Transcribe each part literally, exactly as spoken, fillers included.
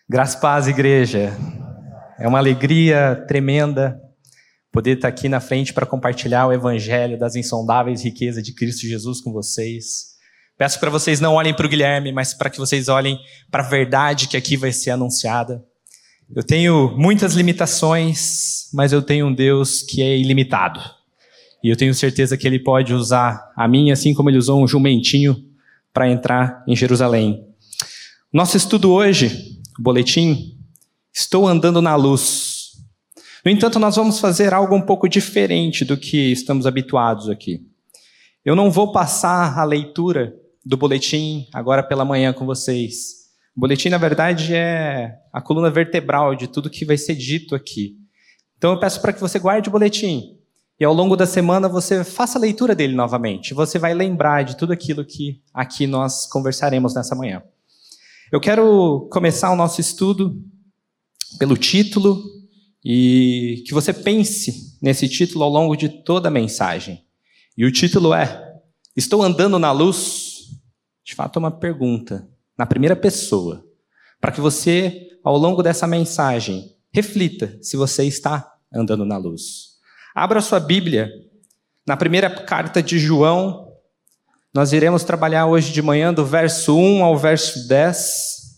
Graça e paz, igreja. É uma alegria tremenda poder estar aqui na frente para compartilhar o evangelho das insondáveis riquezas de Cristo Jesus com vocês. Peço para vocês não olhem para o Guilherme, mas para que vocês olhem para a verdade que aqui vai ser anunciada. Eu tenho muitas limitações, mas eu tenho um Deus que é ilimitado. E eu tenho certeza que Ele pode usar a mim, assim como Ele usou um jumentinho para entrar em Jerusalém. Nosso estudo hoje, o boletim, estou andando na luz. No entanto, nós vamos fazer algo um pouco diferente do que estamos habituados aqui. Eu não vou passar a leitura do boletim agora pela manhã com vocês. O boletim, na verdade, é a coluna vertebral de tudo que vai ser dito aqui. Então eu peço para que você guarde o boletim e ao longo da semana você faça a leitura dele novamente. Você vai lembrar de tudo aquilo que aqui nós conversaremos nessa manhã. Eu quero começar o nosso estudo pelo título e que você pense nesse título ao longo de toda a mensagem. E o título é: Estou andando na luz? De fato, é uma pergunta, na primeira pessoa, para que você, ao longo dessa mensagem, reflita se você está andando na luz. Abra sua Bíblia, na primeira carta de João. Nós iremos trabalhar hoje de manhã do verso um ao verso dez.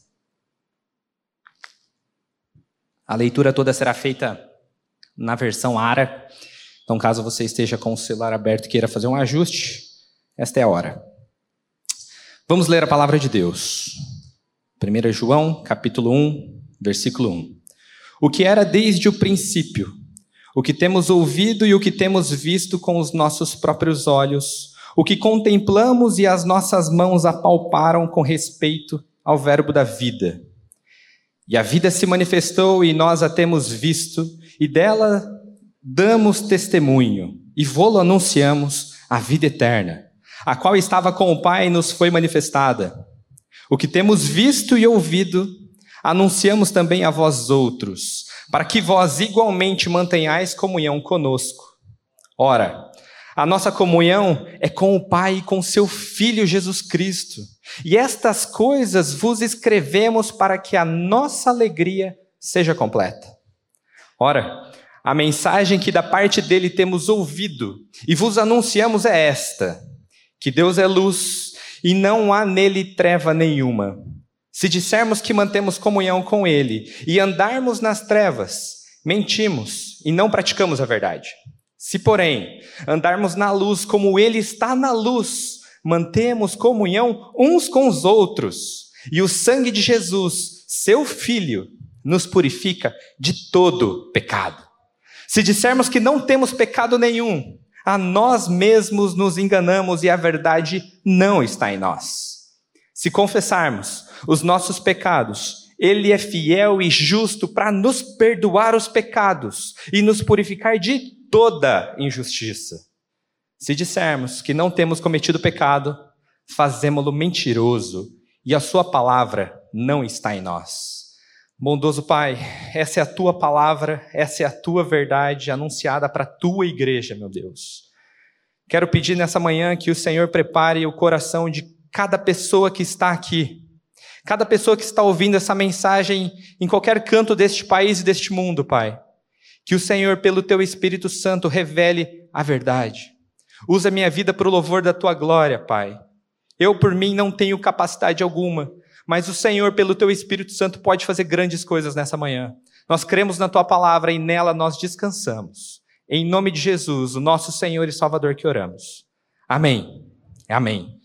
A leitura toda será feita na versão ARA. Então, caso você esteja com o celular aberto e queira fazer um ajuste, esta é a hora. Vamos ler a palavra de Deus. primeiro João, capítulo um, versículo um. O que era desde o princípio, o que temos ouvido e o que temos visto com os nossos próprios olhos, o que contemplamos e as nossas mãos apalparam com respeito ao verbo da vida. E a vida se manifestou e nós a temos visto, e dela damos testemunho, e vô-lo anunciamos, a vida eterna, a qual estava com o Pai e nos foi manifestada. O que temos visto e ouvido, anunciamos também a vós outros, para que vós igualmente mantenhais comunhão conosco. Ora, a nossa comunhão é com o Pai e com seu Filho Jesus Cristo. E estas coisas vos escrevemos para que a nossa alegria seja completa. Ora, a mensagem que da parte dele temos ouvido e vos anunciamos é esta: que Deus é luz e não há nele treva nenhuma. Se dissermos que mantemos comunhão com ele e andarmos nas trevas, mentimos e não praticamos a verdade. Se, porém, andarmos na luz como ele está na luz, mantemos comunhão uns com os outros, e o sangue de Jesus, seu Filho, nos purifica de todo pecado. Se dissermos que não temos pecado nenhum, a nós mesmos nos enganamos e a verdade não está em nós. Se confessarmos os nossos pecados, ele é fiel e justo para nos perdoar os pecados e nos purificar de toda injustiça. Se dissermos que não temos cometido pecado, fazemo-lo mentiroso e a sua palavra não está em nós. Bondoso Pai, essa é a tua palavra, essa é a tua verdade anunciada para a tua igreja, meu Deus. Quero pedir nessa manhã que o Senhor prepare o coração de cada pessoa que está aqui, cada pessoa que está ouvindo essa mensagem em qualquer canto deste país e deste mundo, Pai. Que o Senhor, pelo teu Espírito Santo, revele a verdade. Usa minha vida para o louvor da tua glória, Pai. Eu, por mim, não tenho capacidade alguma, mas o Senhor, pelo teu Espírito Santo, pode fazer grandes coisas nessa manhã. Nós cremos na tua palavra e nela nós descansamos. Em nome de Jesus, o nosso Senhor e Salvador, que oramos. Amém. Amém.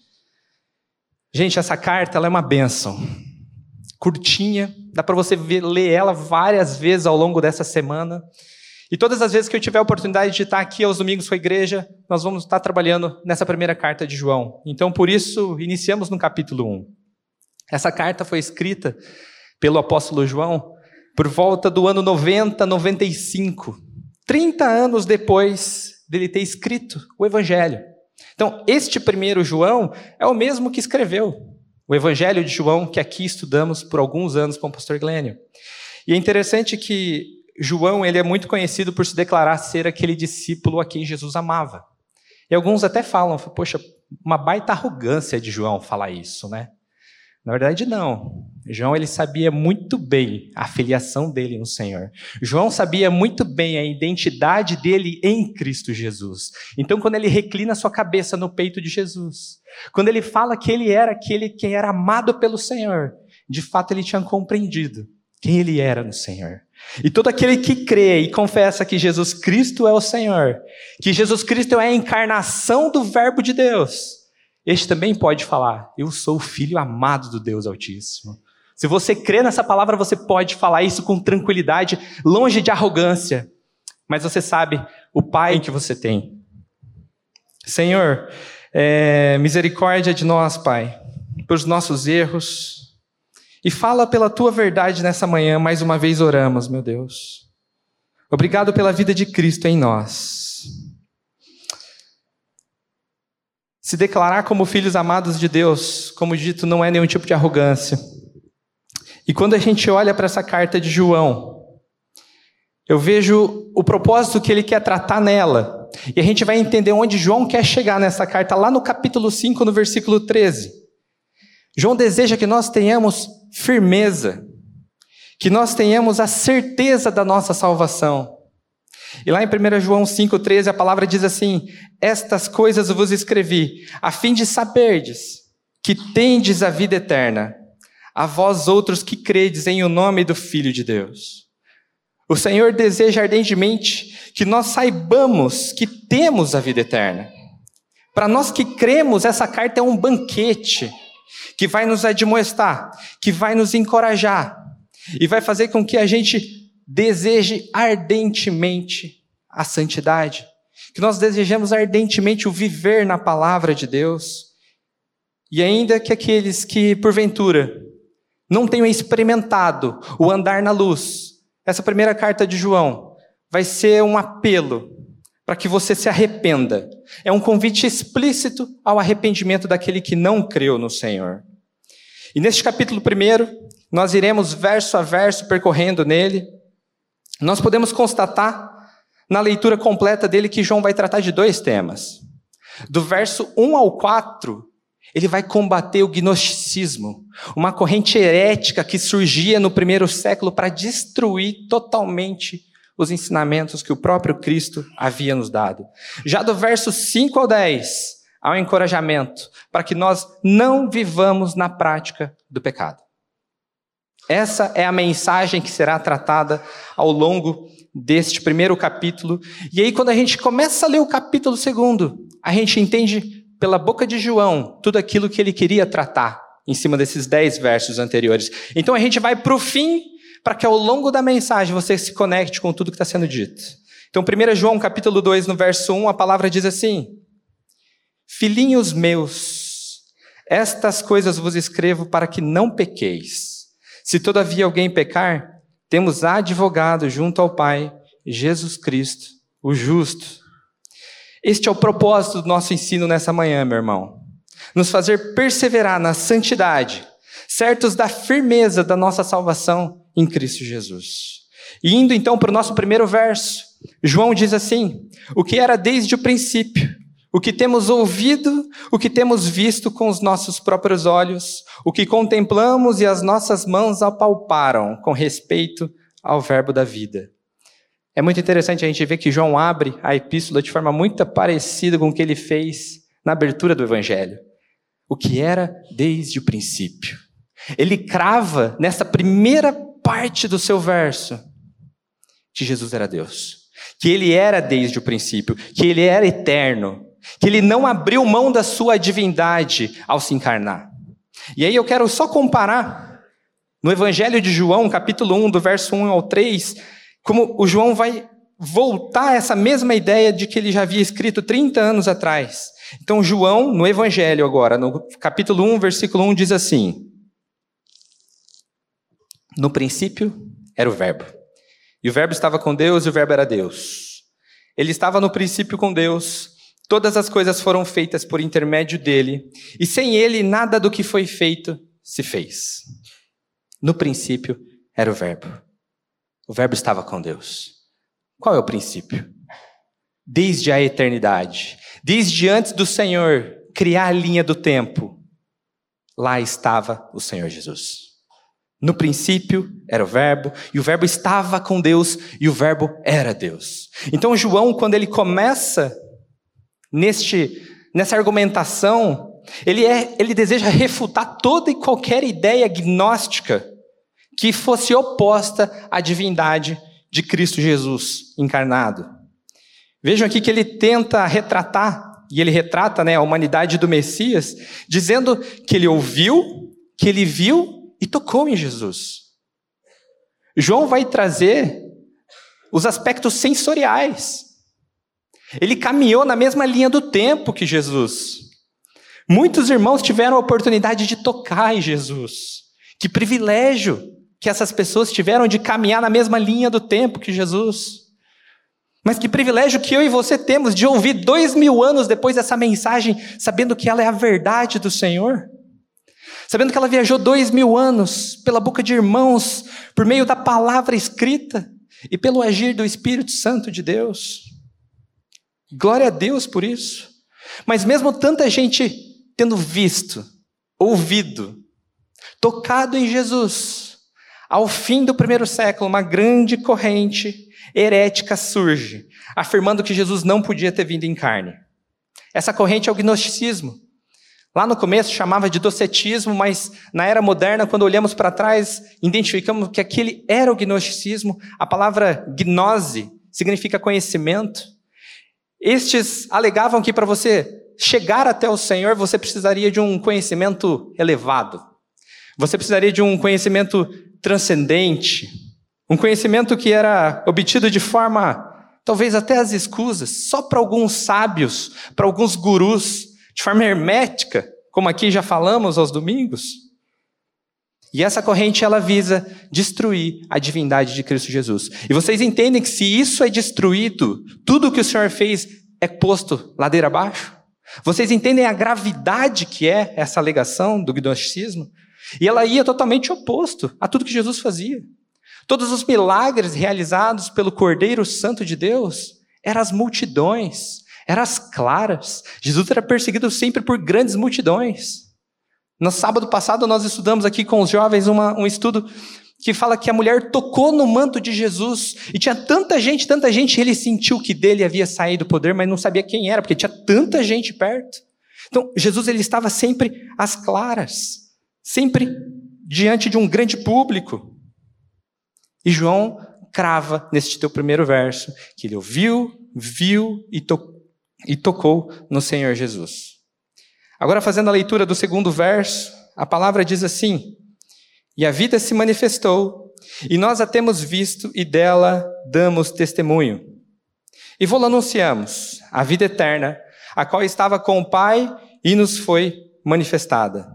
Gente, essa carta ela é uma bênção. Curtinha, dá para você ver, ler ela várias vezes ao longo dessa semana. E todas as vezes que eu tiver a oportunidade de estar aqui aos domingos com a igreja, nós vamos estar trabalhando nessa primeira carta de João. Então, por isso, iniciamos no capítulo um. Essa carta foi escrita pelo apóstolo João por volta do ano noventa, noventa e cinco. trinta anos depois dele ter escrito o Evangelho. Então, este primeiro João é o mesmo que escreveu o Evangelho de João, que aqui estudamos por alguns anos com o pastor Glênio. E é interessante que João ele é muito conhecido por se declarar ser aquele discípulo a quem Jesus amava. E alguns até falam, poxa, uma baita arrogância de João falar isso, né? Na verdade, não. João ele sabia muito bem a filiação dele no Senhor. João sabia muito bem a identidade dele em Cristo Jesus. Então, quando ele reclina sua cabeça no peito de Jesus, quando ele fala que ele era aquele que era amado pelo Senhor, de fato ele tinha compreendido quem ele era no Senhor. E todo aquele que crê e confessa que Jesus Cristo é o Senhor, que Jesus Cristo é a encarnação do Verbo de Deus, este também pode falar: eu sou o Filho amado do Deus Altíssimo. Se você crê nessa palavra, você pode falar isso com tranquilidade, longe de arrogância. Mas você sabe o Pai que você tem. Senhor, é, misericórdia de nós, Pai, pelos nossos erros. E fala pela Tua verdade nessa manhã, mais uma vez oramos, meu Deus. Obrigado pela vida de Cristo em nós. Se declarar como filhos amados de Deus, como dito, não é nenhum tipo de arrogância. E quando a gente olha para essa carta de João, eu vejo o propósito que ele quer tratar nela. E a gente vai entender onde João quer chegar nessa carta, lá no capítulo cinco, no versículo treze. João deseja que nós tenhamos firmeza, que nós tenhamos a certeza da nossa salvação. E lá em primeiro João cinco, treze, a palavra diz assim: estas coisas vos escrevi, a fim de saberdes que tendes a vida eterna, a vós outros que credes em o nome do Filho de Deus. O Senhor deseja ardentemente que nós saibamos que temos a vida eterna. Para nós que cremos, essa carta é um banquete que vai nos admoestar, que vai nos encorajar e vai fazer com que a gente deseje ardentemente a santidade, que nós desejemos ardentemente o viver na palavra de Deus. E ainda que aqueles que, porventura, não tenham experimentado o andar na luz, essa primeira carta de João vai ser um apelo para que você se arrependa. É um convite explícito ao arrependimento daquele que não creu no Senhor. E neste capítulo primeiro, nós iremos verso a verso percorrendo nele. Nós podemos constatar na leitura completa dele que João vai tratar de dois temas. Do verso um ao quatro, ele vai combater o gnosticismo, uma corrente herética que surgia no primeiro século para destruir totalmente os ensinamentos que o próprio Cristo havia nos dado. Já do verso cinco ao dez, há um encorajamento para que nós não vivamos na prática do pecado. Essa é a mensagem que será tratada ao longo deste primeiro capítulo. E aí, quando a gente começa a ler o capítulo segundo, a gente entende pela boca de João tudo aquilo que ele queria tratar em cima desses dez versos anteriores. Então a gente vai para o fim, para que ao longo da mensagem você se conecte com tudo que está sendo dito. Então, primeiro João, capítulo dois, no verso um, a palavra diz assim: filhinhos meus, estas coisas vos escrevo para que não pequeis. Se todavia alguém pecar, temos advogado junto ao Pai, Jesus Cristo, o justo. Este é o propósito do nosso ensino nessa manhã, meu irmão. Nos fazer perseverar na santidade, certos da firmeza da nossa salvação em Cristo Jesus. E indo então para o nosso primeiro verso, João diz assim: o que era desde o princípio, o que temos ouvido, o que temos visto com os nossos próprios olhos, o que contemplamos e as nossas mãos apalparam com respeito ao verbo da vida. É muito interessante a gente ver que João abre a epístola de forma muito parecida com o que ele fez na abertura do Evangelho. O que era desde o princípio. Ele crava nessa primeira parte do seu verso que Jesus era Deus, que ele era desde o princípio, que ele era eterno, que ele não abriu mão da sua divindade ao se encarnar. E aí eu quero só comparar no Evangelho de João, capítulo um, do verso um ao três, como o João vai voltar a essa mesma ideia de que ele já havia escrito trinta anos atrás. Então João, no Evangelho agora, no capítulo um, versículo um, diz assim: no princípio era o Verbo, e o Verbo estava com Deus e o Verbo era Deus. Ele estava no princípio com Deus. Todas as coisas foram feitas por intermédio dele, e sem ele nada do que foi feito se fez. No princípio era o Verbo. O Verbo estava com Deus. Qual é o princípio? Desde a eternidade, desde antes do Senhor criar a linha do tempo, lá estava o Senhor Jesus. No princípio era o Verbo, e o Verbo estava com Deus, e o Verbo era Deus. Então João, quando ele começa neste, nessa argumentação, ele, é, ele deseja refutar toda e qualquer ideia gnóstica que fosse oposta à divindade de Cristo Jesus encarnado. Vejam aqui que ele tenta retratar, e ele retrata, né, a humanidade do Messias, dizendo que ele ouviu, que ele viu e tocou em Jesus. João vai trazer os aspectos sensoriais. Ele caminhou na mesma linha do tempo que Jesus. Muitos irmãos tiveram a oportunidade de tocar em Jesus. Que privilégio que essas pessoas tiveram de caminhar na mesma linha do tempo que Jesus. Mas que privilégio que eu e você temos de ouvir dois mil anos depois essa mensagem, sabendo que ela é a verdade do Senhor. Sabendo que ela viajou dois mil anos pela boca de irmãos, por meio da palavra escrita e pelo agir do Espírito Santo de Deus. Glória a Deus por isso. Mas mesmo tanta gente tendo visto, ouvido, tocado em Jesus, ao fim do primeiro século, uma grande corrente herética surge, afirmando que Jesus não podia ter vindo em carne. Essa corrente é o gnosticismo. Lá no começo chamava de docetismo, mas na era moderna, quando olhamos para trás, identificamos que aquele era o gnosticismo. A palavra gnose significa conhecimento. Estes alegavam que para você chegar até o Senhor, você precisaria de um conhecimento elevado. Você precisaria de um conhecimento transcendente. Um conhecimento que era obtido de forma, talvez até às escusas, só para alguns sábios, para alguns gurus, de forma hermética, como aqui já falamos aos domingos. E essa corrente, ela visa destruir a divindade de Cristo Jesus. E vocês entendem que se isso é destruído, tudo o que o Senhor fez é posto ladeira abaixo? Vocês entendem a gravidade que é essa alegação do gnosticismo? E ela ia totalmente oposto a tudo que Jesus fazia. Todos os milagres realizados pelo Cordeiro Santo de Deus eram as multidões, eram as claras. Jesus era perseguido sempre por grandes multidões. No sábado passado nós estudamos aqui com os jovens uma, um estudo que fala que a mulher tocou no manto de Jesus e tinha tanta gente, tanta gente, ele sentiu que dele havia saído o poder, mas não sabia quem era, porque tinha tanta gente perto. Então Jesus ele estava sempre às claras, sempre diante de um grande público. E João crava neste teu primeiro verso, que ele ouviu, viu e, to- e tocou no Senhor Jesus. Agora, fazendo a leitura do segundo verso, a palavra diz assim: e a vida se manifestou, e nós a temos visto, e dela damos testemunho. E vou anunciamos a vida eterna, a qual estava com o Pai e nos foi manifestada.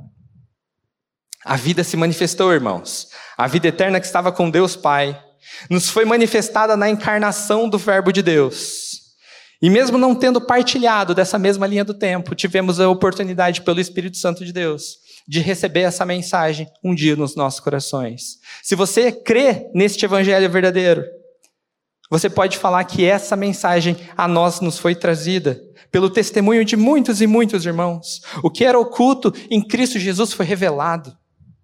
A vida se manifestou, irmãos. A vida eterna que estava com Deus Pai nos foi manifestada na encarnação do Verbo de Deus. E mesmo não tendo partilhado dessa mesma linha do tempo, tivemos a oportunidade pelo Espírito Santo de Deus de receber essa mensagem um dia nos nossos corações. Se você crê neste evangelho verdadeiro, você pode falar que essa mensagem a nós nos foi trazida pelo testemunho de muitos e muitos irmãos. O que era oculto em Cristo Jesus foi revelado.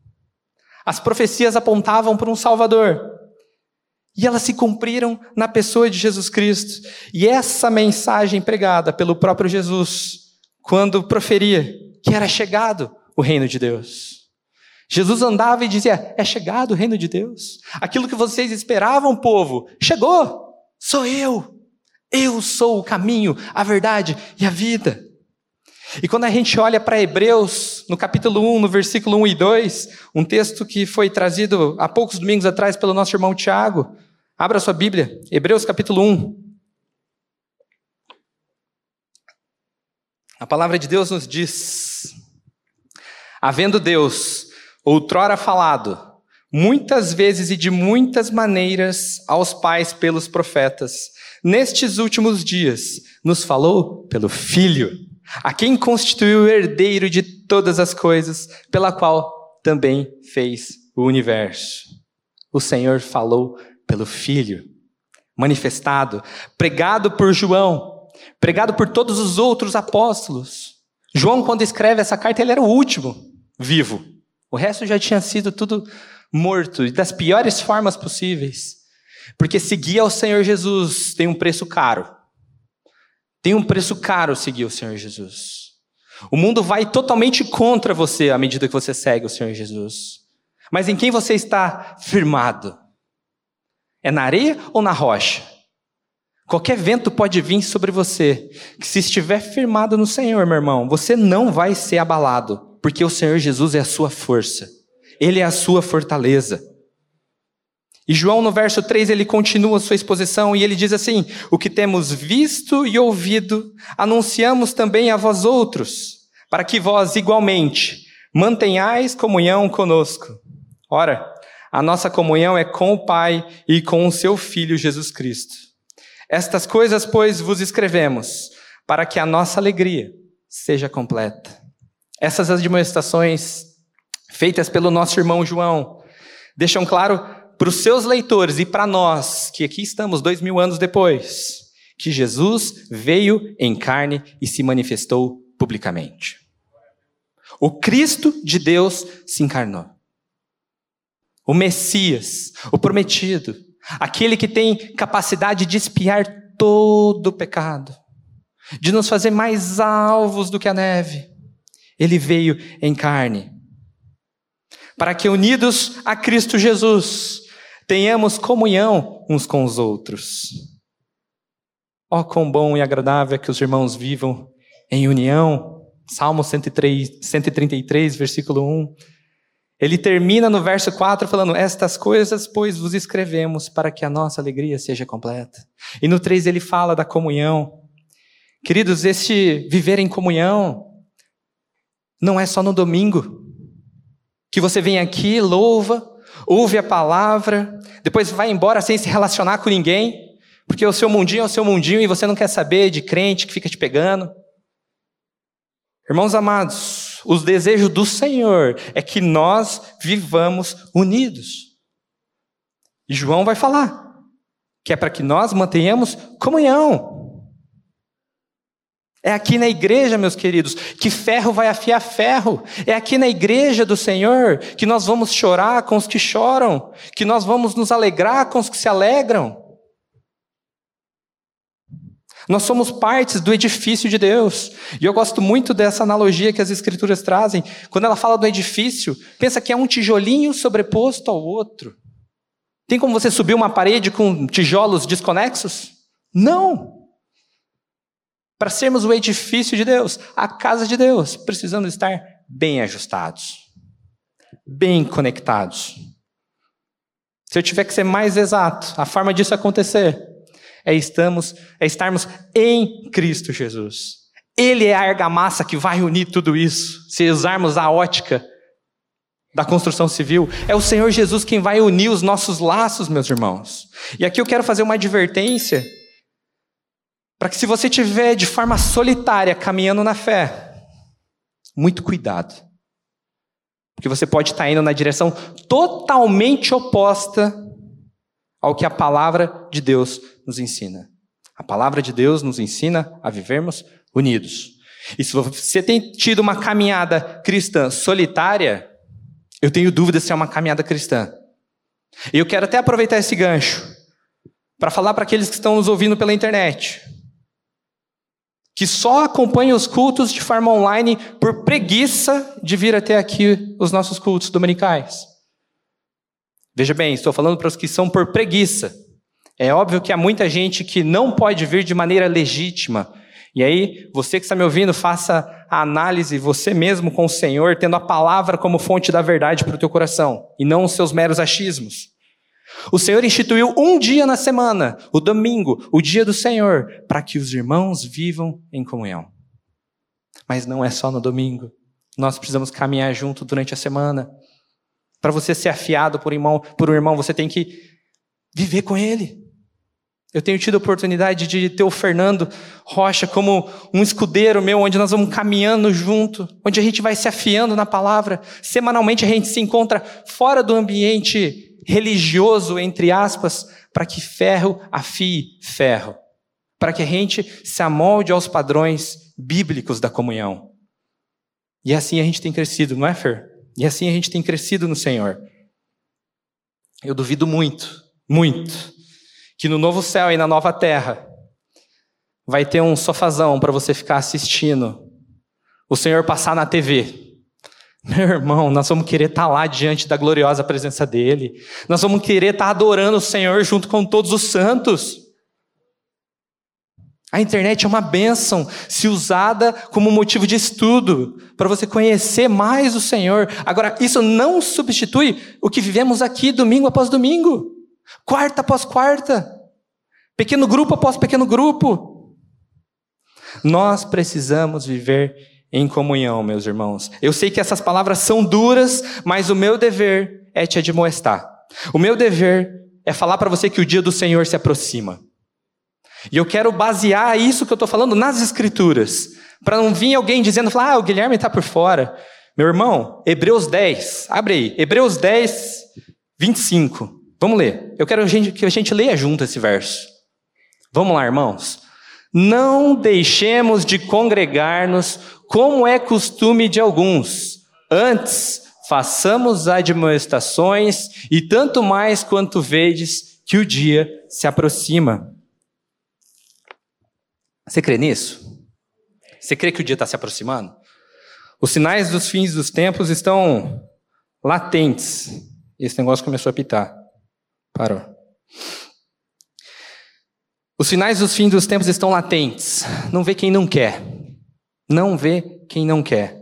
As profecias apontavam para um Salvador. E elas se cumpriram na pessoa de Jesus Cristo. E essa mensagem pregada pelo próprio Jesus, quando proferia que era chegado o reino de Deus. Jesus andava e dizia: é chegado o reino de Deus. Aquilo que vocês esperavam, povo, chegou. Sou eu. Eu sou o caminho, a verdade e a vida. E quando a gente olha para Hebreus, no capítulo um, no versículo um e dois, um texto que foi trazido há poucos domingos atrás pelo nosso irmão Tiago, abra sua Bíblia, Hebreus capítulo um. A palavra de Deus nos diz: havendo Deus outrora falado, muitas vezes e de muitas maneiras aos pais pelos profetas, nestes últimos dias nos falou pelo Filho, a quem constituiu o herdeiro de todas as coisas, pela qual também fez o universo. O Senhor falou pelo Filho, manifestado, pregado por João, pregado por todos os outros apóstolos. João, quando escreve essa carta, ele era o último vivo. O resto já tinha sido tudo morto, e das piores formas possíveis. Porque seguir ao Senhor Jesus tem um preço caro. Tem um preço caro seguir o Senhor Jesus. O mundo vai totalmente contra você à medida que você segue o Senhor Jesus. Mas em quem você está firmado? É na areia ou na rocha? Qualquer vento pode vir sobre você. Que se estiver firmado no Senhor, meu irmão, você não vai ser abalado. Porque o Senhor Jesus é a sua força. Ele é a sua fortaleza. E João, no verso três, ele continua a sua exposição e ele diz assim: o que temos visto e ouvido, anunciamos também a vós outros, para que vós, igualmente, mantenhais comunhão conosco. Ora, a nossa comunhão é com o Pai e com o seu Filho Jesus Cristo. Estas coisas, pois, vos escrevemos, para que a nossa alegria seja completa. Essas admoestações feitas pelo nosso irmão João deixam claro para os seus leitores e para nós, que aqui estamos dois mil anos depois, que Jesus veio em carne e se manifestou publicamente. O Cristo de Deus se encarnou. O Messias, o prometido, aquele que tem capacidade de expiar todo o pecado, de nos fazer mais alvos do que a neve. Ele veio em carne, para que unidos a Cristo Jesus, tenhamos comunhão uns com os outros. Ó, quão bom e agradável é que os irmãos vivam em união. Salmo cento e trinta e três, versículo um. Ele termina no verso quatro falando: estas coisas, pois, vos escrevemos para que a nossa alegria seja completa. E no três ele fala da comunhão. Queridos, este viver em comunhão não é só no domingo, que você vem aqui, louva, ouve a palavra, depois vai embora sem se relacionar com ninguém, porque o seu mundinho é o seu mundinho e você não quer saber de crente que fica te pegando. Irmãos amados, o desejo do Senhor é que nós vivamos unidos. E João vai falar que é para que nós mantenhamos comunhão. É aqui na igreja, meus queridos, que ferro vai afiar ferro. É aqui na igreja do Senhor que nós vamos chorar com os que choram, que nós vamos nos alegrar com os que se alegram. Nós somos partes do edifício de Deus. E eu gosto muito dessa analogia que as Escrituras trazem. Quando ela fala do edifício, pensa que é um tijolinho sobreposto ao outro. Tem como você subir uma parede com tijolos desconexos? Não! Para sermos o edifício de Deus, a casa de Deus, precisamos estar bem ajustados, bem conectados. Se eu tiver que ser mais exato, a forma disso acontecer é, estamos, é estarmos em Cristo Jesus. Ele é a argamassa que vai unir tudo isso. Se usarmos a ótica da construção civil, é o Senhor Jesus quem vai unir os nossos laços, meus irmãos. E aqui eu quero fazer uma advertência, para que se você estiver de forma solitária caminhando na fé, muito cuidado. Porque você pode estar indo na direção totalmente oposta ao que a palavra de Deus nos ensina. A palavra de Deus nos ensina a vivermos unidos. E se você tem tido uma caminhada cristã solitária, eu tenho dúvida se é uma caminhada cristã. E eu quero até aproveitar esse gancho para falar para aqueles que estão nos ouvindo pela internet, que só acompanham os cultos de forma online por preguiça de vir até aqui os nossos cultos dominicais. Veja bem, estou falando para os que são por preguiça. É óbvio que há muita gente que não pode vir de maneira legítima. E aí, você que está me ouvindo, faça a análise você mesmo com o Senhor, tendo a palavra como fonte da verdade para o teu coração, e não os seus meros achismos. O Senhor instituiu um dia na semana, o domingo, o dia do Senhor, para que os irmãos vivam em comunhão. Mas não é só no domingo. Nós precisamos caminhar junto durante a semana. Para você ser afiado por, irmão, por um irmão, você tem que viver com ele. Eu tenho tido a oportunidade de ter o Fernando Rocha como um escudeiro meu, onde nós vamos caminhando junto, onde a gente vai se afiando na palavra. Semanalmente a gente se encontra fora do ambiente religioso, entre aspas, para que ferro afie ferro. Para que a gente se amolde aos padrões bíblicos da comunhão. E assim a gente tem crescido, não é, Fer? E assim a gente tem crescido no Senhor. Eu duvido muito, muito, que no novo céu e na nova terra vai ter um sofazão para você ficar assistindo o Senhor passar na T V. Meu irmão, nós vamos querer estar lá diante da gloriosa presença dEle. Nós vamos querer estar adorando o Senhor junto com todos os santos. A internet é uma bênção se usada como motivo de estudo, para você conhecer mais o Senhor. Agora, isso não substitui o que vivemos aqui domingo após domingo, quarta após quarta, pequeno grupo após pequeno grupo. Nós precisamos viver em comunhão, meus irmãos. Eu sei que essas palavras são duras, mas o meu dever é te admoestar. O meu dever é falar para você que o dia do Senhor se aproxima. E eu quero basear isso que eu estou falando nas Escrituras, para não vir alguém dizendo, ah, o Guilherme está por fora. Meu irmão, Hebreus dez, abre aí, Hebreus dez, vinte e cinco. Vamos ler. Eu quero que a gente leia junto esse verso. Vamos lá, irmãos. Não deixemos de congregar-nos, como é costume de alguns. Antes, façamos admoestações, e tanto mais quanto vedes que o dia se aproxima. Você crê nisso? Você crê que o dia está se aproximando? Os sinais dos fins dos tempos estão latentes. Esse negócio começou a pitar. Parou. Os sinais dos fins dos tempos estão latentes. Não vê quem não quer. Não vê quem não quer.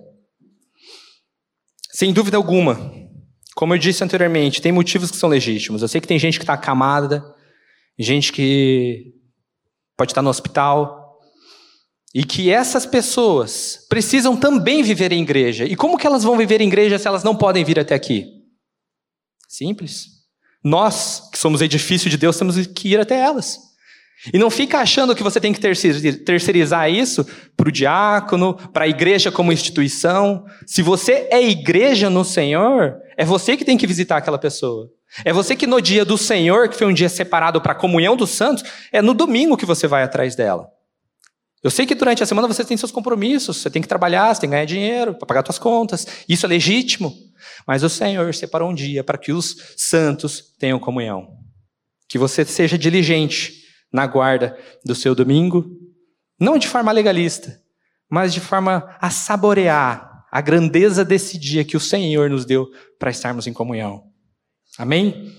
Sem dúvida alguma, como eu disse anteriormente, tem motivos que são legítimos. Eu sei que tem gente que está acamada, gente que pode estar no hospital, e que essas pessoas precisam também viver em igreja. E como que elas vão viver em igreja se elas não podem vir até aqui? Simples. Nós, que somos edifício de Deus, temos que ir até elas. E não fica achando que você tem que terceirizar isso para o diácono, para a igreja como instituição. Se você é igreja no Senhor, é você que tem que visitar aquela pessoa. É você que no dia do Senhor, que foi um dia separado para a comunhão dos santos, é no domingo que você vai atrás dela. Eu sei que durante a semana você tem seus compromissos, você tem que trabalhar, você tem que ganhar dinheiro para pagar suas contas. Isso é legítimo. Mas o Senhor separou um dia para que os santos tenham comunhão. Que você seja diligente na guarda do seu domingo, não de forma legalista, mas de forma a saborear a grandeza desse dia que o Senhor nos deu para estarmos em comunhão. Amém?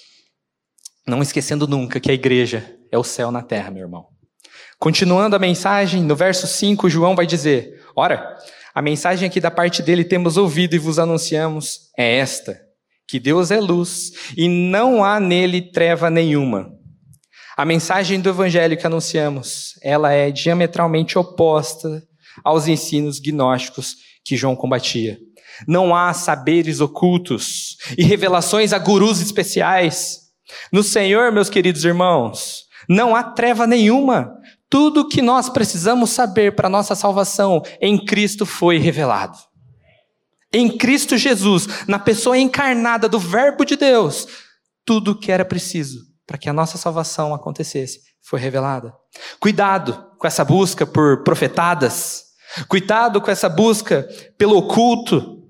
Não esquecendo nunca que a igreja é o céu na terra, meu irmão. Continuando a mensagem, no verso cinco, João vai dizer, ora, a mensagem aqui da parte dele temos ouvido e vos anunciamos é esta, que Deus é luz e não há nele treva nenhuma. A mensagem do evangelho que anunciamos, ela é diametralmente oposta aos ensinos gnósticos que João combatia. Não há saberes ocultos e revelações a gurus especiais. No Senhor, meus queridos irmãos, não há treva nenhuma. Tudo o que nós precisamos saber para a nossa salvação em Cristo foi revelado. Em Cristo Jesus, na pessoa encarnada do Verbo de Deus, tudo o que era preciso para que a nossa salvação acontecesse foi revelada. Cuidado com essa busca por profetadas. Cuidado com essa busca pelo oculto.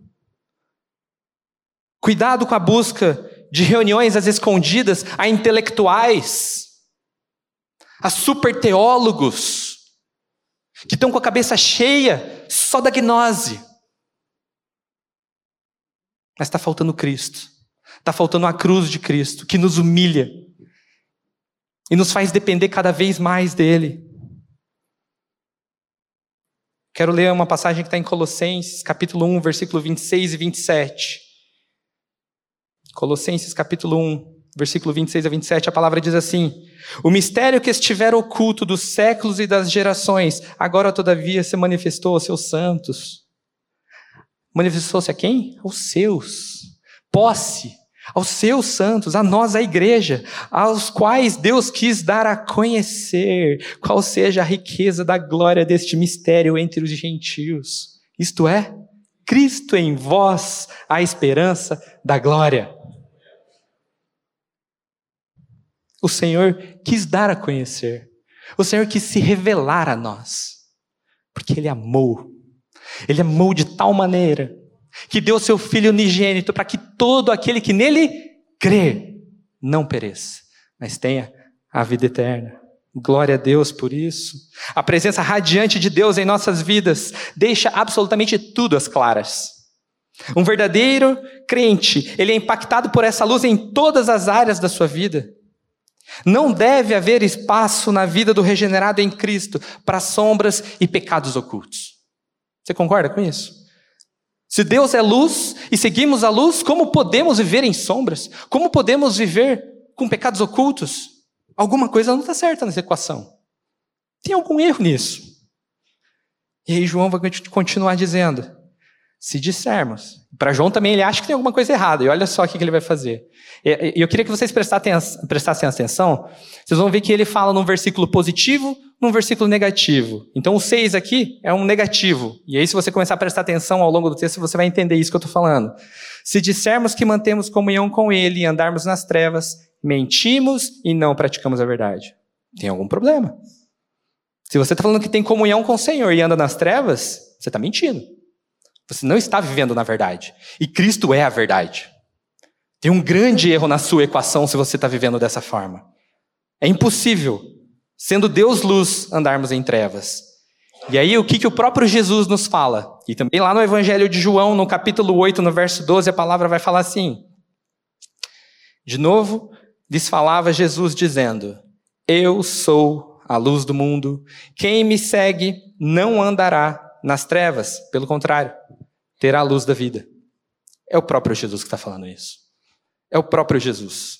Cuidado com a busca de reuniões às escondidas a intelectuais, a super teólogos, que estão com a cabeça cheia só da gnose. Mas está faltando Cristo. Está faltando a cruz de Cristo, que nos humilha e nos faz depender cada vez mais dele. Quero ler uma passagem que está em Colossenses, capítulo um, versículo vinte e seis e vinte e sete. Colossenses, capítulo um, versículo vinte e seis a vinte e sete, a palavra diz assim: o mistério que estivera oculto dos séculos e das gerações, agora todavia se manifestou aos seus santos. Manifestou-se a quem? Aos seus. Posse. Aos seus santos, a nós, a igreja, aos quais Deus quis dar a conhecer qual seja a riqueza da glória deste mistério entre os gentios. Isto é, Cristo em vós, a esperança da glória. O Senhor quis dar a conhecer. O Senhor quis se revelar a nós. Porque Ele amou. Ele amou de tal maneira que deu seu Filho unigênito para que todo aquele que nele crê não pereça, mas tenha a vida eterna. Glória a Deus por isso. A presença radiante de Deus em nossas vidas deixa absolutamente tudo às claras. Um verdadeiro crente, ele é impactado por essa luz em todas as áreas da sua vida. Não deve haver espaço na vida do regenerado em Cristo para sombras e pecados ocultos. Você concorda com isso? Se Deus é luz e seguimos a luz, como podemos viver em sombras? Como podemos viver com pecados ocultos? Alguma coisa não está certa nessa equação. Tem algum erro nisso. E aí João vai continuar dizendo, se dissermos, para João também ele acha que tem alguma coisa errada, e olha só o que ele vai fazer. E eu queria que vocês prestassem atenção, vocês vão ver que ele fala num versículo positivo, num versículo negativo. Então o seis aqui é um negativo, e aí se você começar a prestar atenção ao longo do texto, você vai entender isso que eu estou falando. Se dissermos que mantemos comunhão com ele e andarmos nas trevas, mentimos e não praticamos a verdade. Tem algum problema. Se você está falando que tem comunhão com o Senhor e anda nas trevas, você está mentindo. Você não está vivendo na verdade. E Cristo é a verdade. Tem um grande erro na sua equação se você está vivendo dessa forma. É impossível, sendo Deus luz, andarmos em trevas. E aí o que, que o próprio Jesus nos fala? E também lá no Evangelho de João, no capítulo oito, no verso doze, a palavra vai falar assim. De novo, lhes falava Jesus dizendo, eu sou a luz do mundo, quem me segue não andará nas trevas, pelo contrário, terá a luz da vida. É o próprio Jesus que está falando isso. É o próprio Jesus.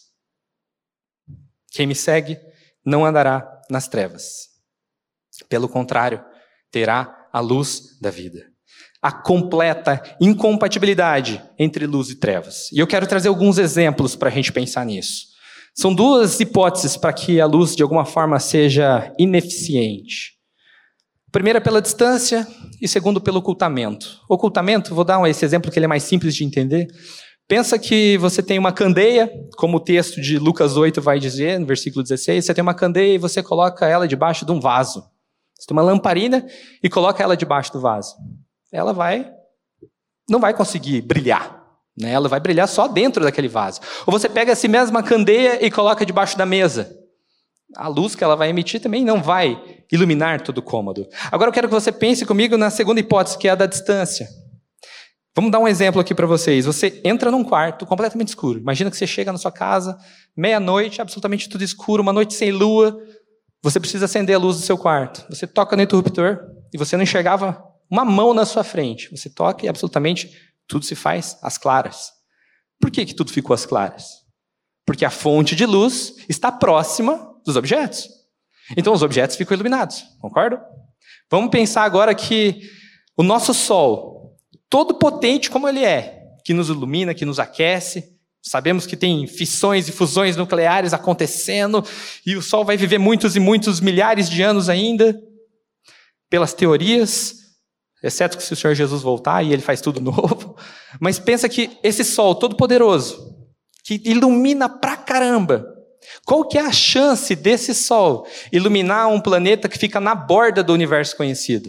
Quem me segue não andará nas trevas. Pelo contrário, terá a luz da vida. A completa incompatibilidade entre luz e trevas. E eu quero trazer alguns exemplos para a gente pensar nisso. São duas hipóteses para que a luz, de alguma forma, seja ineficiente. Primeiro pela distância e segundo pelo ocultamento. Ocultamento, vou dar esse exemplo que ele é mais simples de entender. Pensa que você tem uma candeia, como o texto de Lucas oito vai dizer, no versículo dezesseis, você tem uma candeia e você coloca ela debaixo de um vaso. Você tem uma lamparina e coloca ela debaixo do vaso. Ela vai, não vai conseguir brilhar. Né? Ela vai brilhar só dentro daquele vaso. Ou você pega essa mesma candeia e coloca debaixo da mesa. A luz que ela vai emitir também não vai iluminar todo o cômodo. Agora eu quero que você pense comigo na segunda hipótese, que é a da distância. Vamos dar um exemplo aqui para vocês. Você entra num quarto completamente escuro. Imagina que você chega na sua casa, meia-noite, absolutamente tudo escuro, uma noite sem lua. Você precisa acender a luz do seu quarto. Você toca no interruptor e você não enxergava uma mão na sua frente. Você toca e absolutamente tudo se faz às claras. Por que que tudo ficou às claras? Porque a fonte de luz está próxima dos objetos. Então os objetos ficam iluminados, concorda? Vamos pensar agora que o nosso Sol, todo potente como ele é, que nos ilumina, que nos aquece, sabemos que tem fissões e fusões nucleares acontecendo, e o Sol vai viver muitos e muitos milhares de anos ainda, pelas teorias, exceto que se o Senhor Jesus voltar e ele faz tudo novo. Mas pensa que esse Sol todo poderoso, que ilumina pra caramba, qual que é a chance desse Sol iluminar um planeta que fica na borda do universo conhecido?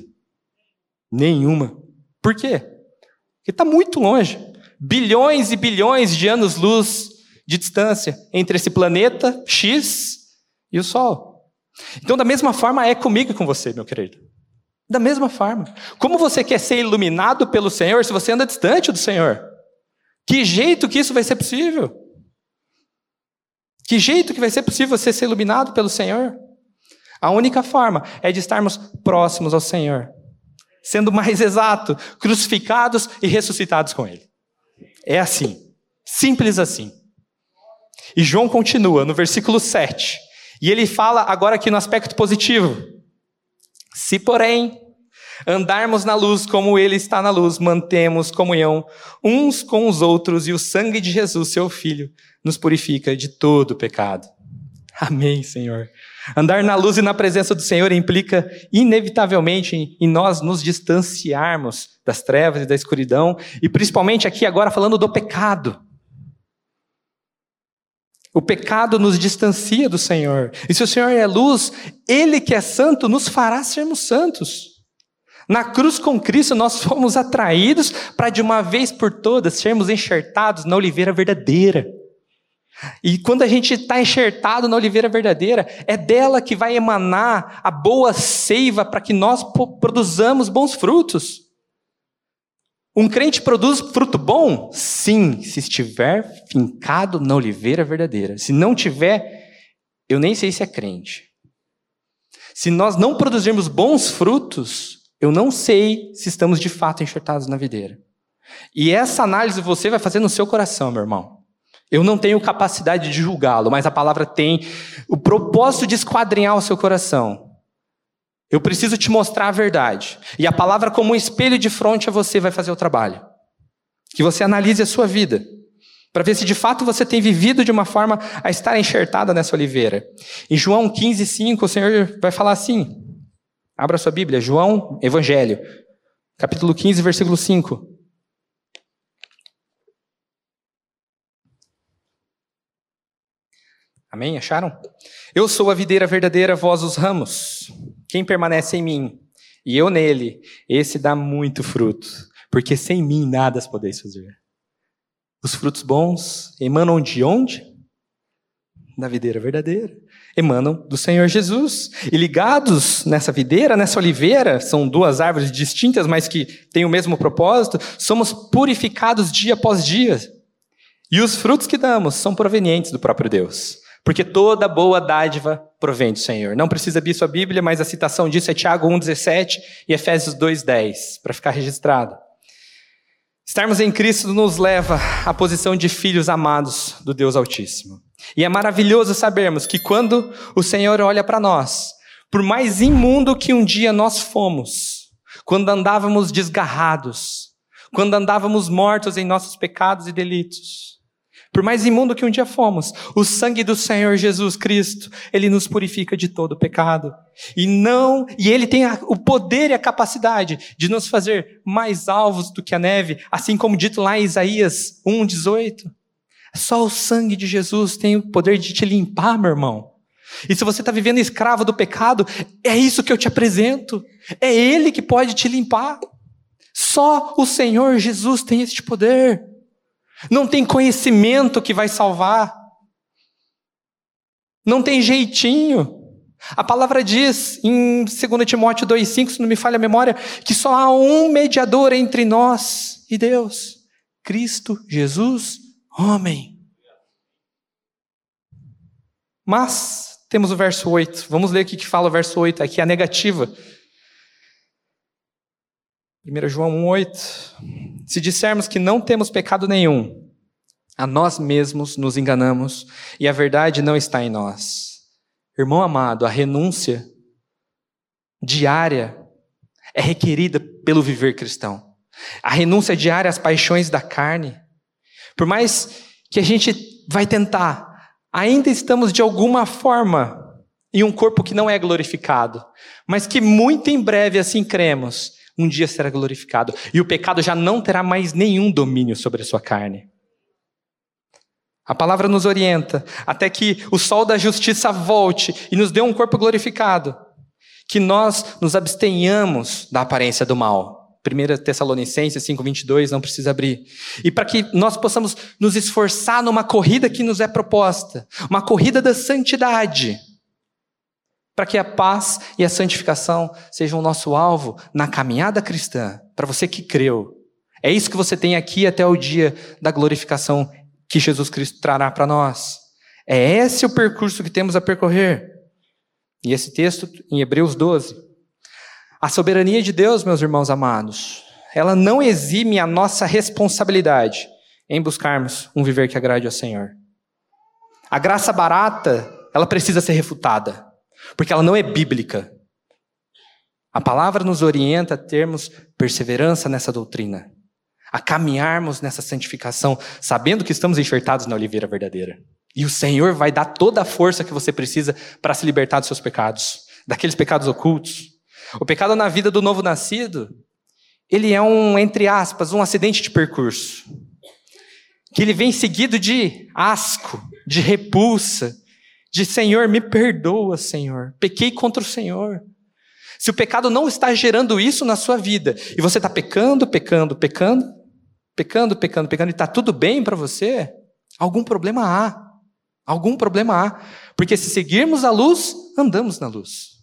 Nenhuma. Por quê? Porque está muito longe. Bilhões e bilhões de anos-luz de distância entre esse planeta X e o Sol. Então, da mesma forma, é comigo e com você, meu querido. Da mesma forma. Como você quer ser iluminado pelo Senhor se você anda distante do Senhor? Que jeito que isso vai ser possível? Que jeito que vai ser possível você ser iluminado pelo Senhor? A única forma é de estarmos próximos ao Senhor. Sendo mais exato, crucificados e ressuscitados com Ele. É assim. Simples assim. E João continua no versículo sete. E ele fala agora aqui no aspecto positivo. Se, porém, andarmos na luz como Ele está na luz, mantemos comunhão uns com os outros e o sangue de Jesus, seu Filho, nos purifica de todo pecado. Amém, Senhor. Andar na luz e na presença do Senhor implica, inevitavelmente, em nós nos distanciarmos das trevas e da escuridão, e principalmente aqui agora falando do pecado. O pecado nos distancia do Senhor. E se o Senhor é luz, Ele que é santo nos fará sermos santos. Na cruz com Cristo nós fomos atraídos para de uma vez por todas sermos enxertados na oliveira verdadeira. E quando a gente está enxertado na oliveira verdadeira, é dela que vai emanar a boa seiva para que nós produzamos bons frutos. Um crente produz fruto bom? Sim, se estiver fincado na oliveira verdadeira. Se não tiver, eu nem sei se é crente. Se nós não produzirmos bons frutos, eu não sei se estamos de fato enxertados na videira. E essa análise você vai fazer no seu coração, meu irmão. Eu não tenho capacidade de julgá-lo, mas a palavra tem o propósito de esquadrinhar o seu coração. Eu preciso te mostrar a verdade. E a palavra, como um espelho de fronte a você, vai fazer o trabalho. Que você analise a sua vida, para ver se de fato você tem vivido de uma forma a estar enxertada nessa oliveira. Em João quinze, cinco, o Senhor vai falar assim. Abra sua Bíblia, João, Evangelho, capítulo quinze, versículo cinco. Amém? Acharam? Eu sou a videira verdadeira, vós os ramos. Quem permanece em mim e eu nele, esse dá muito fruto, porque sem mim nada podeis fazer. Os frutos bons emanam de onde? Da videira verdadeira. Emanam do Senhor Jesus. E ligados nessa videira, nessa oliveira, são duas árvores distintas, mas que têm o mesmo propósito, somos purificados dia após dia. E os frutos que damos são provenientes do próprio Deus. Porque toda boa dádiva provém do Senhor. Não precisa abrir sua Bíblia, mas a citação disso é Tiago um, dezessete e Efésios dois, dez, para ficar registrado. Estarmos em Cristo nos leva à posição de filhos amados do Deus Altíssimo. E é maravilhoso sabermos que quando o Senhor olha para nós, por mais imundo que um dia nós fomos, quando andávamos desgarrados, quando andávamos mortos em nossos pecados e delitos, por mais imundo que um dia fomos, o sangue do Senhor Jesus Cristo, Ele nos purifica de todo pecado. E não, e Ele tem a, o poder e a capacidade de nos fazer mais alvos do que a neve, assim como dito lá em Isaías um, dezoito. Só o sangue de Jesus tem o poder de te limpar, meu irmão. E se você está vivendo escravo do pecado, é isso que eu te apresento. É Ele que pode te limpar. Só o Senhor Jesus tem este poder. Não tem conhecimento que vai salvar. Não tem jeitinho. A palavra diz em dois Timóteo dois, cinco, se não me falha a memória, que só há um mediador entre nós e Deus. Cristo Jesus, homem. Mas temos o verso oito. Vamos ler o que fala o verso oito. Aqui a negativa. primeiro João um, oito. Se dissermos que não temos pecado nenhum, a nós mesmos nos enganamos e a verdade não está em nós. Irmão amado, a renúncia diária é requerida pelo viver cristão. A renúncia diária às paixões da carne. Por mais que a gente vai tentar, ainda estamos de alguma forma em um corpo que não é glorificado, mas que muito em breve, assim cremos, um dia será glorificado. E o pecado já não terá mais nenhum domínio sobre a sua carne. A palavra nos orienta até que o sol da justiça volte e nos dê um corpo glorificado. Que nós nos abstenhamos da aparência do mal. primeira Tessalonicenses cinco, vinte e dois, não precisa abrir. E para que nós possamos nos esforçar numa corrida que nos é proposta. Uma corrida da santidade. Para que a paz e a santificação sejam o nosso alvo na caminhada cristã, para você que creu. É isso que você tem aqui até o dia da glorificação que Jesus Cristo trará para nós. É esse o percurso que temos a percorrer. E esse texto em Hebreus doze. A soberania de Deus, meus irmãos amados, ela não exime a nossa responsabilidade em buscarmos um viver que agrade ao Senhor. A graça barata, ela precisa ser refutada. Porque ela não é bíblica. A palavra nos orienta a termos perseverança nessa doutrina. A caminharmos nessa santificação, sabendo que estamos enxertados na oliveira verdadeira. E o Senhor vai dar toda a força que você precisa para se libertar dos seus pecados. Daqueles pecados ocultos. O pecado na vida do novo nascido, ele é um, entre aspas, um acidente de percurso. Que ele vem seguido de asco, de repulsa, de Senhor, me perdoa, Senhor. Pequei contra o Senhor. Se o pecado não está gerando isso na sua vida, e você está pecando, pecando, pecando, pecando, pecando, pecando, e está tudo bem para você, algum problema há. Algum problema há. Porque se seguirmos a luz, andamos na luz.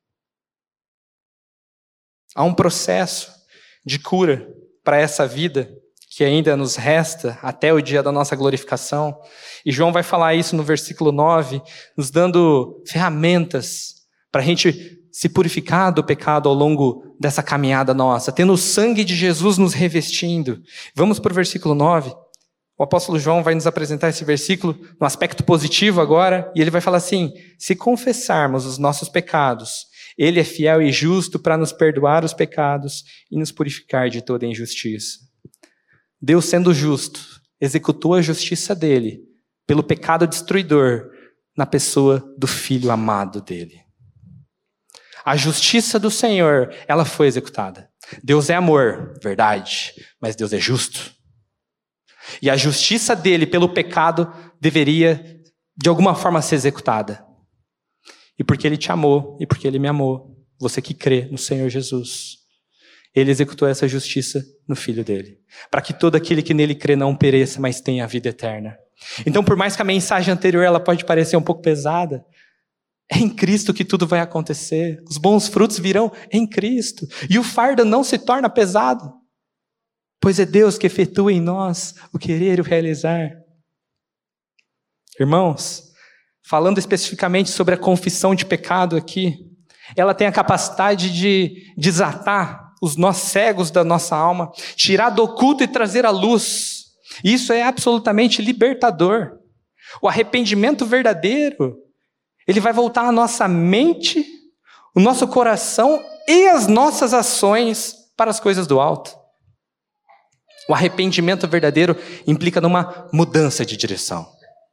Há um processo de cura para essa vida que ainda nos resta até o dia da nossa glorificação. E João vai falar isso no versículo nove, nos dando ferramentas para a gente se purificar do pecado ao longo dessa caminhada nossa, tendo o sangue de Jesus nos revestindo. Vamos para o versículo nove. O apóstolo João vai nos apresentar esse versículo no aspecto positivo agora, e ele vai falar assim: se confessarmos os nossos pecados, ele é fiel e justo para nos perdoar os pecados e nos purificar de toda injustiça. Deus, sendo justo, executou a justiça dele pelo pecado destruidor na pessoa do Filho amado dele. A justiça do Senhor, ela foi executada. Deus é amor, verdade, mas Deus é justo. E a justiça dele pelo pecado deveria, de alguma forma, ser executada. E porque ele te amou, e porque ele me amou, você que crê no Senhor Jesus, ele executou essa justiça no Filho dele, para que todo aquele que nele crê não pereça, mas tenha a vida eterna. Então, por mais que a mensagem anterior ela pode parecer um pouco pesada, é em Cristo que tudo vai acontecer. Os bons frutos virão em Cristo. E o fardo não se torna pesado, pois é Deus que efetua em nós o querer e o realizar. Irmãos, falando especificamente sobre a confissão de pecado aqui, ela tem a capacidade de desatar os nós cegos da nossa alma, tirar do oculto e trazer à luz. Isso é absolutamente libertador. O arrependimento verdadeiro, ele vai voltar a nossa mente, o nosso coração e as nossas ações para as coisas do alto. O arrependimento verdadeiro implica numa mudança de direção.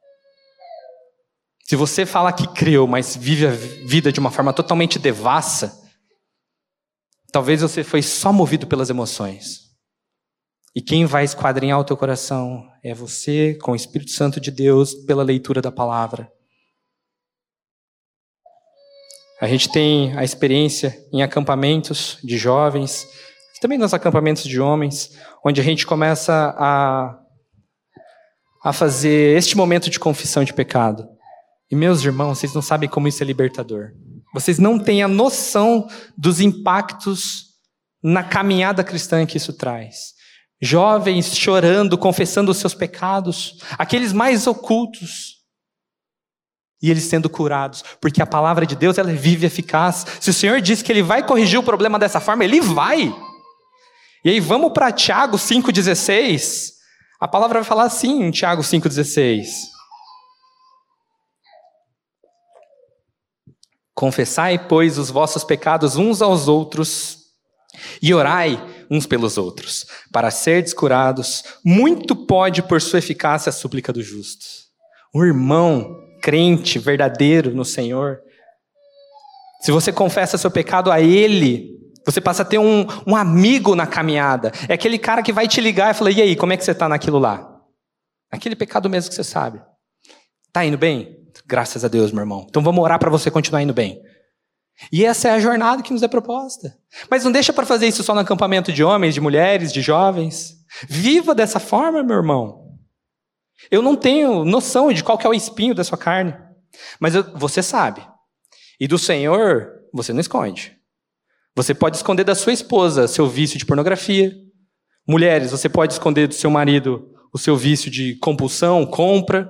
Se você fala que creu, mas vive a vida de uma forma totalmente devassa, talvez você foi só movido pelas emoções. E quem vai esquadrinhar o teu coração é você, com o Espírito Santo de Deus, pela leitura da palavra. A gente tem a experiência em acampamentos de jovens, também nos acampamentos de homens, onde a gente começa a, a fazer este momento de confissão de pecado. E meus irmãos, vocês não sabem como isso é libertador. Vocês não têm a noção dos impactos na caminhada cristã que isso traz. Jovens chorando, confessando os seus pecados, aqueles mais ocultos, e eles sendo curados, porque a palavra de Deus ela é viva e eficaz. Se o Senhor diz que Ele vai corrigir o problema dessa forma, Ele vai. E aí vamos para Tiago cinco dezesseis. A palavra vai falar assim em Tiago cinco dezesseis. Confessai, pois, os vossos pecados uns aos outros e orai uns pelos outros, para serdes curados. Muito pode, por sua eficácia, a súplica do justo. Um irmão crente, verdadeiro no Senhor, se você confessa seu pecado a Ele, você passa a ter um, um amigo na caminhada. É aquele cara que vai te ligar e falar: e aí, como é que você está naquilo lá? Aquele pecado mesmo que você sabe. Está indo bem? Graças a Deus, meu irmão. Então vamos orar para você continuar indo bem. E essa é a jornada que nos é proposta. Mas não deixa para fazer isso só no acampamento de homens, de mulheres, de jovens. Viva dessa forma, meu irmão. Eu não tenho noção de qual que é o espinho da sua carne. Mas eu, você sabe. E do Senhor, você não esconde. Você pode esconder da sua esposa seu vício de pornografia. Mulheres, você pode esconder do seu marido o seu vício de compulsão, compra.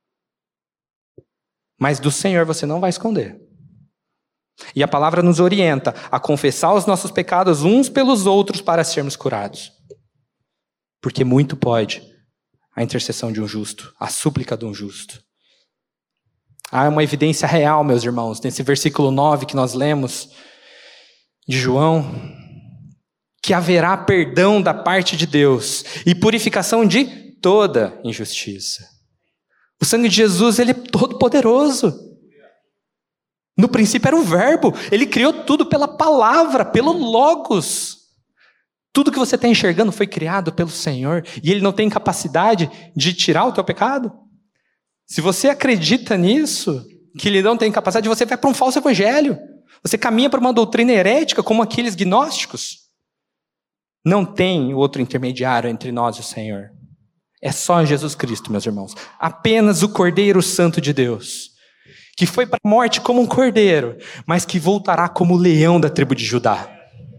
Mas do Senhor você não vai esconder. E a palavra nos orienta a confessar os nossos pecados uns pelos outros para sermos curados. Porque muito pode a intercessão de um justo, a súplica de um justo. Há uma evidência real, meus irmãos, nesse versículo nove que nós lemos de João, que haverá perdão da parte de Deus e purificação de toda injustiça. O sangue de Jesus, ele é todo poderoso. No princípio era o verbo, ele criou tudo pela palavra, pelo logos. Tudo que você está enxergando foi criado pelo Senhor e Ele não tem capacidade de tirar o teu pecado? Se você acredita nisso, que Ele não tem capacidade, você vai para um falso evangelho. Você caminha para uma doutrina herética como aqueles gnósticos? Não tem outro intermediário entre nós e o Senhor. É só Jesus Cristo, meus irmãos. Apenas o Cordeiro Santo de Deus, que foi para a morte como um cordeiro, mas que voltará como o leão da tribo de Judá.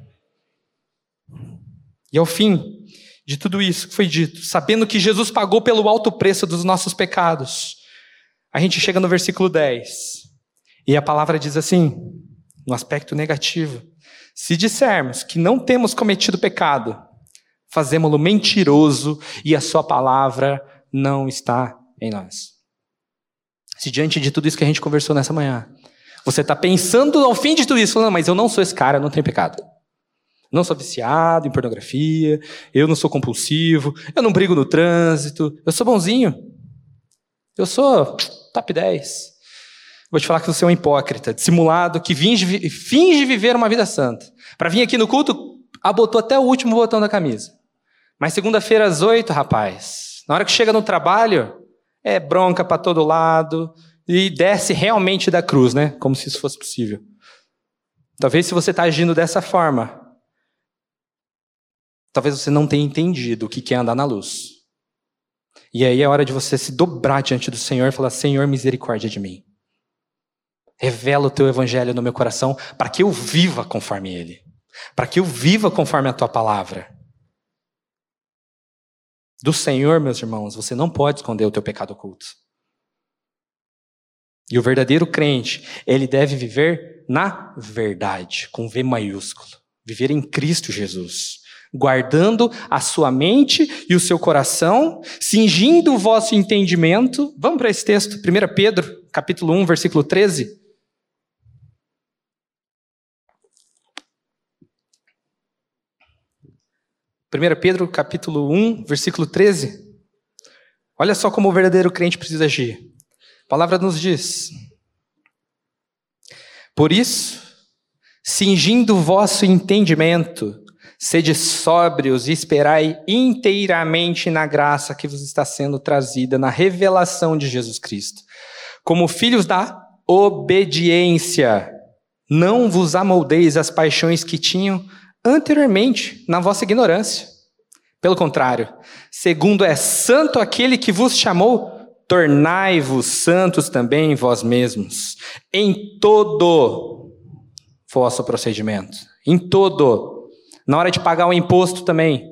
E ao fim de tudo isso que foi dito, sabendo que Jesus pagou pelo alto preço dos nossos pecados, a gente chega no versículo dez. E a palavra diz assim, no aspecto negativo: se dissermos que não temos cometido pecado, fazemo-lo mentiroso e a sua palavra não está em nós. Se diante de tudo isso que a gente conversou nessa manhã, você está pensando ao fim de tudo isso, falando, mas eu não sou esse cara, eu não tenho pecado. Não sou viciado em pornografia, eu não sou compulsivo, eu não brigo no trânsito, eu sou bonzinho, eu sou top dez. Vou te falar que você é um hipócrita, dissimulado, que finge, finge viver uma vida santa. Para vir aqui no culto, abotou até o último botão da camisa. Mas segunda-feira às oito, rapaz, na hora que chega no trabalho, é bronca para todo lado e desce realmente da cruz, né? Como se isso fosse possível. Talvez se você está agindo dessa forma, talvez você não tenha entendido o que é andar na luz. E aí é hora de você se dobrar diante do Senhor e falar, Senhor, misericórdia de mim. Revela o teu evangelho no meu coração para que eu viva conforme ele. Para que eu viva conforme a tua palavra. Do Senhor, meus irmãos, você não pode esconder o teu pecado oculto. E o verdadeiro crente, ele deve viver na verdade, com V maiúsculo. Viver em Cristo Jesus. Guardando a sua mente e o seu coração, cingindo o vosso entendimento. Vamos para esse texto, primeira Pedro, capítulo um, versículo treze. primeira Pedro, capítulo um, versículo treze. Olha só como o verdadeiro crente precisa agir. A palavra nos diz: por isso, cingindo o vosso entendimento, sede sóbrios e esperai inteiramente na graça que vos está sendo trazida na revelação de Jesus Cristo. Como filhos da obediência, não vos amoldeis às paixões que tinham anteriormente na vossa ignorância. Pelo contrário, segundo é santo aquele que vos chamou, tornai-vos santos também vós mesmos, em todo vosso procedimento. Em todo. Na hora de pagar o imposto também.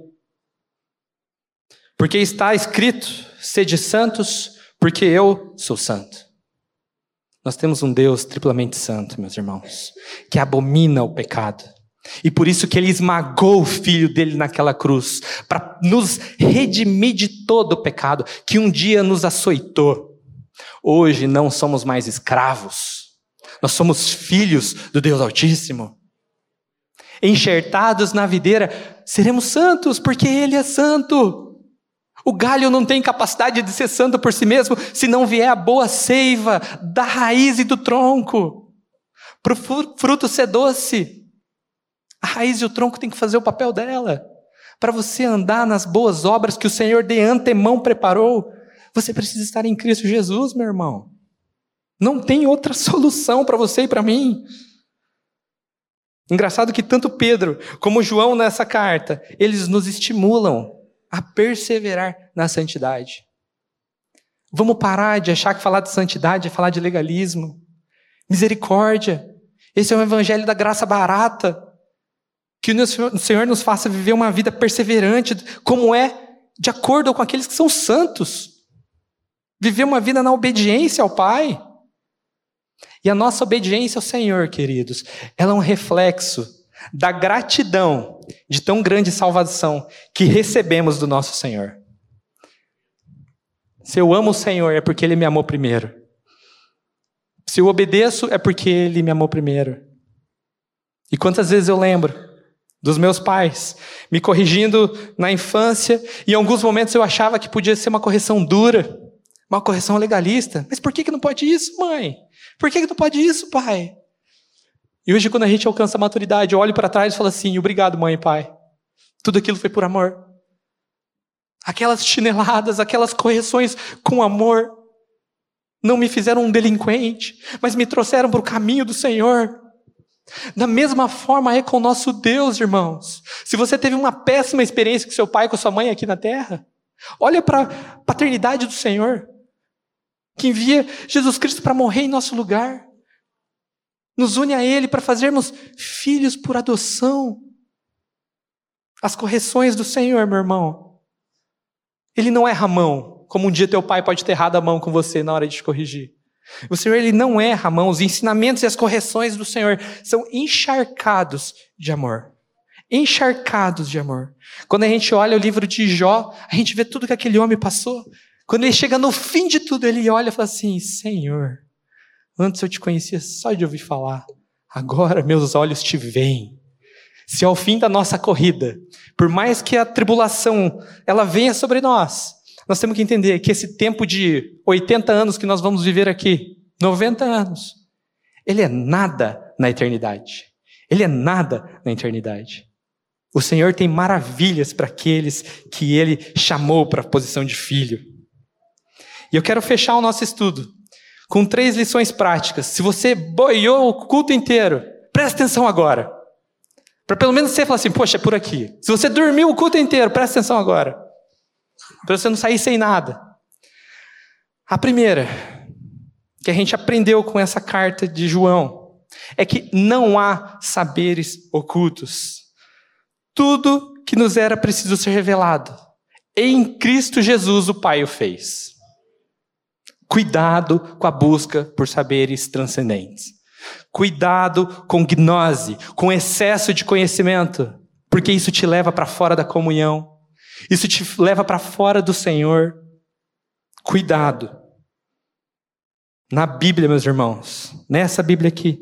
Porque está escrito, sede santos, porque eu sou santo. Nós temos um Deus triplamente santo, meus irmãos, que abomina o pecado. E por isso que ele esmagou o filho dele naquela cruz, para nos redimir de todo o pecado, que um dia nos açoitou. Hoje não somos mais escravos, nós somos filhos do Deus Altíssimo. Enxertados na videira, seremos santos, porque ele é santo. O galho não tem capacidade de ser santo por si mesmo, se não vier a boa seiva da raiz e do tronco, para o fruto ser doce. A raiz e o tronco têm que fazer o papel dela. Para você andar nas boas obras que o Senhor de antemão preparou, você precisa estar em Cristo Jesus, meu irmão. Não tem outra solução para você e para mim. Engraçado que tanto Pedro como João nessa carta, eles nos estimulam a perseverar na santidade. Vamos parar de achar que falar de santidade é falar de legalismo. Misericórdia. Esse é o evangelho da graça barata. Que o Senhor nos faça viver uma vida perseverante, como é de acordo com aqueles que são santos. Viver uma vida na obediência ao Pai. E a nossa obediência ao Senhor, queridos, ela é um reflexo da gratidão de tão grande salvação que recebemos do nosso Senhor. Se eu amo o Senhor, é porque Ele me amou primeiro. Se eu obedeço, é porque Ele me amou primeiro. E quantas vezes eu lembro dos meus pais me corrigindo na infância, e em alguns momentos eu achava que podia ser uma correção dura, uma correção legalista. Mas por que que não pode isso, mãe? Por que que não pode isso, pai? E hoje, quando a gente alcança a maturidade, eu olho para trás e falo assim, obrigado, mãe e pai. Tudo aquilo foi por amor. Aquelas chineladas, aquelas correções com amor, não me fizeram um delinquente, mas me trouxeram para o caminho do Senhor. Da mesma forma é com o nosso Deus, irmãos. Se você teve uma péssima experiência com seu pai e com sua mãe aqui na terra, olha para a paternidade do Senhor, que envia Jesus Cristo para morrer em nosso lugar. Nos une a Ele para fazermos filhos por adoção. As correções do Senhor, meu irmão. Ele não erra a mão, como um dia teu pai pode ter errado a mão com você na hora de te corrigir. O Senhor, Ele não erra a mão. Os ensinamentos e as correções do Senhor são encharcados de amor. Encharcados de amor. Quando a gente olha o livro de Jó, a gente vê tudo que aquele homem passou. Quando ele chega no fim de tudo, ele olha e fala assim: Senhor, antes eu te conhecia só de ouvir falar, agora meus olhos te veem. Se ao fim da nossa corrida, por mais que a tribulação ela venha sobre nós, nós temos que entender que esse tempo de oitenta anos que nós vamos viver aqui, noventa anos, ele é nada na eternidade. Ele é nada na eternidade. O Senhor tem maravilhas para aqueles que Ele chamou para a posição de filho. E eu quero fechar o nosso estudo com três lições práticas. Se você boiou o culto inteiro, presta atenção agora. Para pelo menos você falar assim: poxa, é por aqui. Se você dormiu o culto inteiro, presta atenção agora. Para você não sair sem nada. A primeira, que a gente aprendeu com essa carta de João, é que não há saberes ocultos. Tudo que nos era preciso ser revelado, em Cristo Jesus o Pai o fez. Cuidado com a busca por saberes transcendentes. Cuidado com gnose, com excesso de conhecimento, porque isso te leva para fora da comunhão. Isso te leva para fora do Senhor. Cuidado. Na Bíblia, meus irmãos, nessa Bíblia aqui,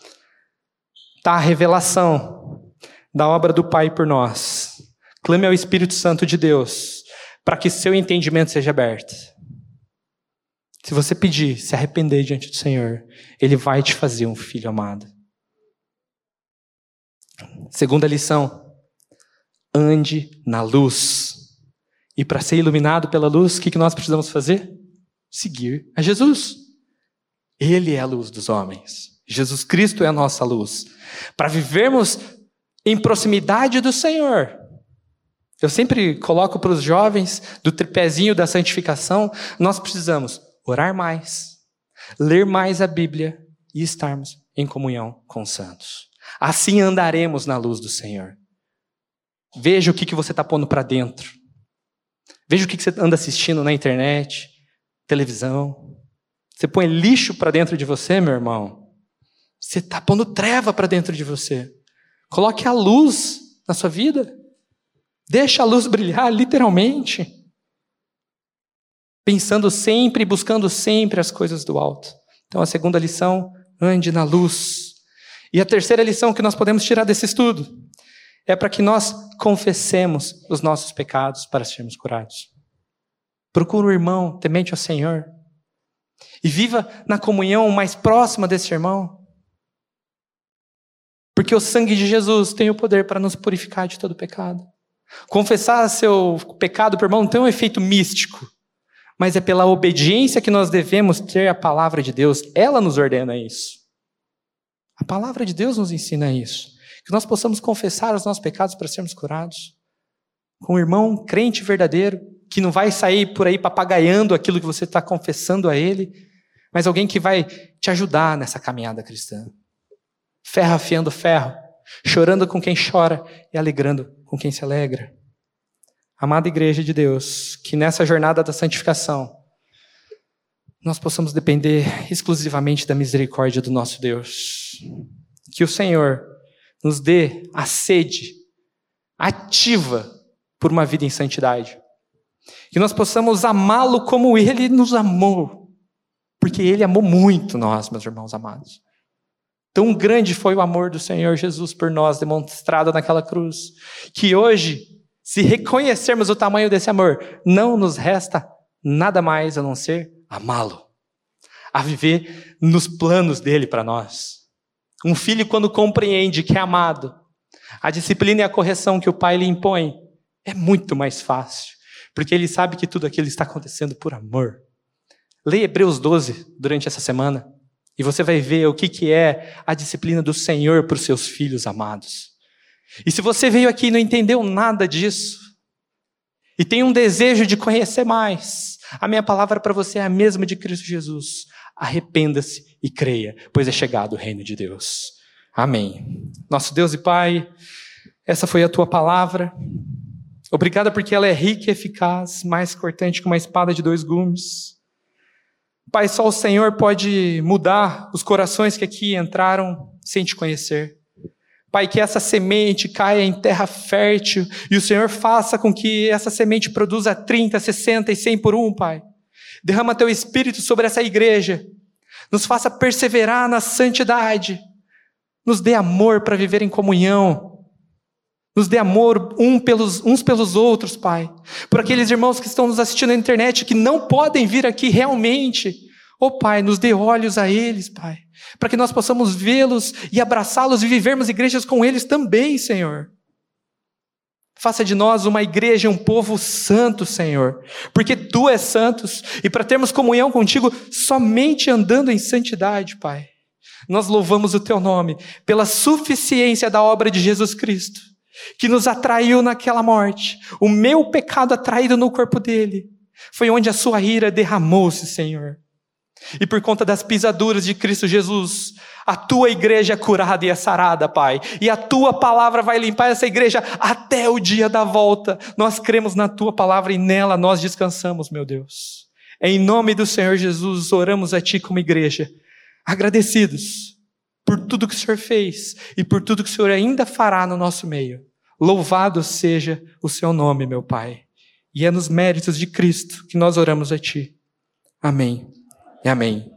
está a revelação da obra do Pai por nós. Clame ao Espírito Santo de Deus para que seu entendimento seja aberto. Se você pedir, se arrepender diante do Senhor, Ele vai te fazer um filho amado. Segunda lição: ande na luz. E para ser iluminado pela luz, o que nós precisamos fazer? Seguir a Jesus. Ele é a luz dos homens. Jesus Cristo é a nossa luz. Para vivermos em proximidade do Senhor. Eu sempre coloco para os jovens do tripézinho da santificação, nós precisamos orar mais, ler mais a Bíblia e estarmos em comunhão com os santos. Assim andaremos na luz do Senhor. Veja o que, que você está pondo para dentro. Veja o que, que você anda assistindo na internet, televisão. Você põe lixo para dentro de você, meu irmão. Você está pondo treva para dentro de você. Coloque a luz na sua vida. Deixa a luz brilhar, literalmente. Pensando sempre, buscando sempre as coisas do alto. Então a segunda lição, ande na luz. E a terceira lição que nós podemos tirar desse estudo é para que nós confessemos os nossos pecados para sermos curados. Procura um irmão temente ao Senhor e viva na comunhão mais próxima desse irmão. Porque o sangue de Jesus tem o poder para nos purificar de todo pecado. Confessar seu pecado para o irmão não tem um efeito místico, mas é pela obediência que nós devemos ter à palavra de Deus. Ela nos ordena isso. A palavra de Deus nos ensina isso. Que nós possamos confessar os nossos pecados para sermos curados. Com um irmão crente verdadeiro, que não vai sair por aí papagaiando aquilo que você está confessando a ele, mas alguém que vai te ajudar nessa caminhada cristã. Ferro afiando ferro, chorando com quem chora e alegrando com quem se alegra. Amada igreja de Deus, que nessa jornada da santificação, nós possamos depender exclusivamente da misericórdia do nosso Deus. Que o Senhor nos dê a sede ativa por uma vida em santidade. Que nós possamos amá-lo como Ele nos amou. Porque Ele amou muito nós, meus irmãos amados. Tão grande foi o amor do Senhor Jesus por nós, demonstrado naquela cruz, que hoje, se reconhecermos o tamanho desse amor, não nos resta nada mais a não ser amá-lo, a viver nos planos dele para nós. Um filho, quando compreende que é amado, a disciplina e a correção que o pai lhe impõe é muito mais fácil, porque ele sabe que tudo aquilo está acontecendo por amor. Leia Hebreus doze durante essa semana. E você vai ver o que, que é a disciplina do Senhor para os seus filhos amados. E se você veio aqui e não entendeu nada disso, e tem um desejo de conhecer mais, a minha palavra para você é a mesma de Cristo Jesus. Arrependa-se e creia, pois é chegado o reino de Deus. Amém. Nosso Deus e Pai, essa foi a tua palavra. Obrigada porque ela é rica e eficaz, mais cortante que uma espada de dois gumes. Pai, só o Senhor pode mudar os corações que aqui entraram sem te conhecer. Pai, que essa semente caia em terra fértil e o Senhor faça com que essa semente produza trinta, sessenta e cem por um, Pai. Derrama teu Espírito sobre essa igreja. Nos faça perseverar na santidade. Nos dê amor para viver em comunhão. Nos dê amor um pelos, uns pelos outros, Pai. Por aqueles irmãos que estão nos assistindo na internet que não podem vir aqui realmente. Ô Pai, nos dê olhos a eles, Pai. Para que nós possamos vê-los e abraçá-los e vivermos igrejas com eles também, Senhor. Faça de nós uma igreja, um povo santo, Senhor. Porque Tu és santo. E para termos comunhão contigo, somente andando em santidade, Pai. Nós louvamos o Teu nome pela suficiência da obra de Jesus Cristo, que nos atraiu naquela morte. O meu pecado atraído no corpo dele foi onde a sua ira derramou-se, Senhor. E por conta das pisaduras de Cristo Jesus, a tua igreja é curada e é sarada, Pai. E a tua palavra vai limpar essa igreja até o dia da volta. Nós cremos na tua palavra e nela nós descansamos, meu Deus. Em nome do Senhor Jesus, oramos a ti como igreja, agradecidos por tudo que o Senhor fez e por tudo que o Senhor ainda fará no nosso meio. Louvado seja o seu nome, meu Pai. E é nos méritos de Cristo que nós oramos a ti. Amém. E amém.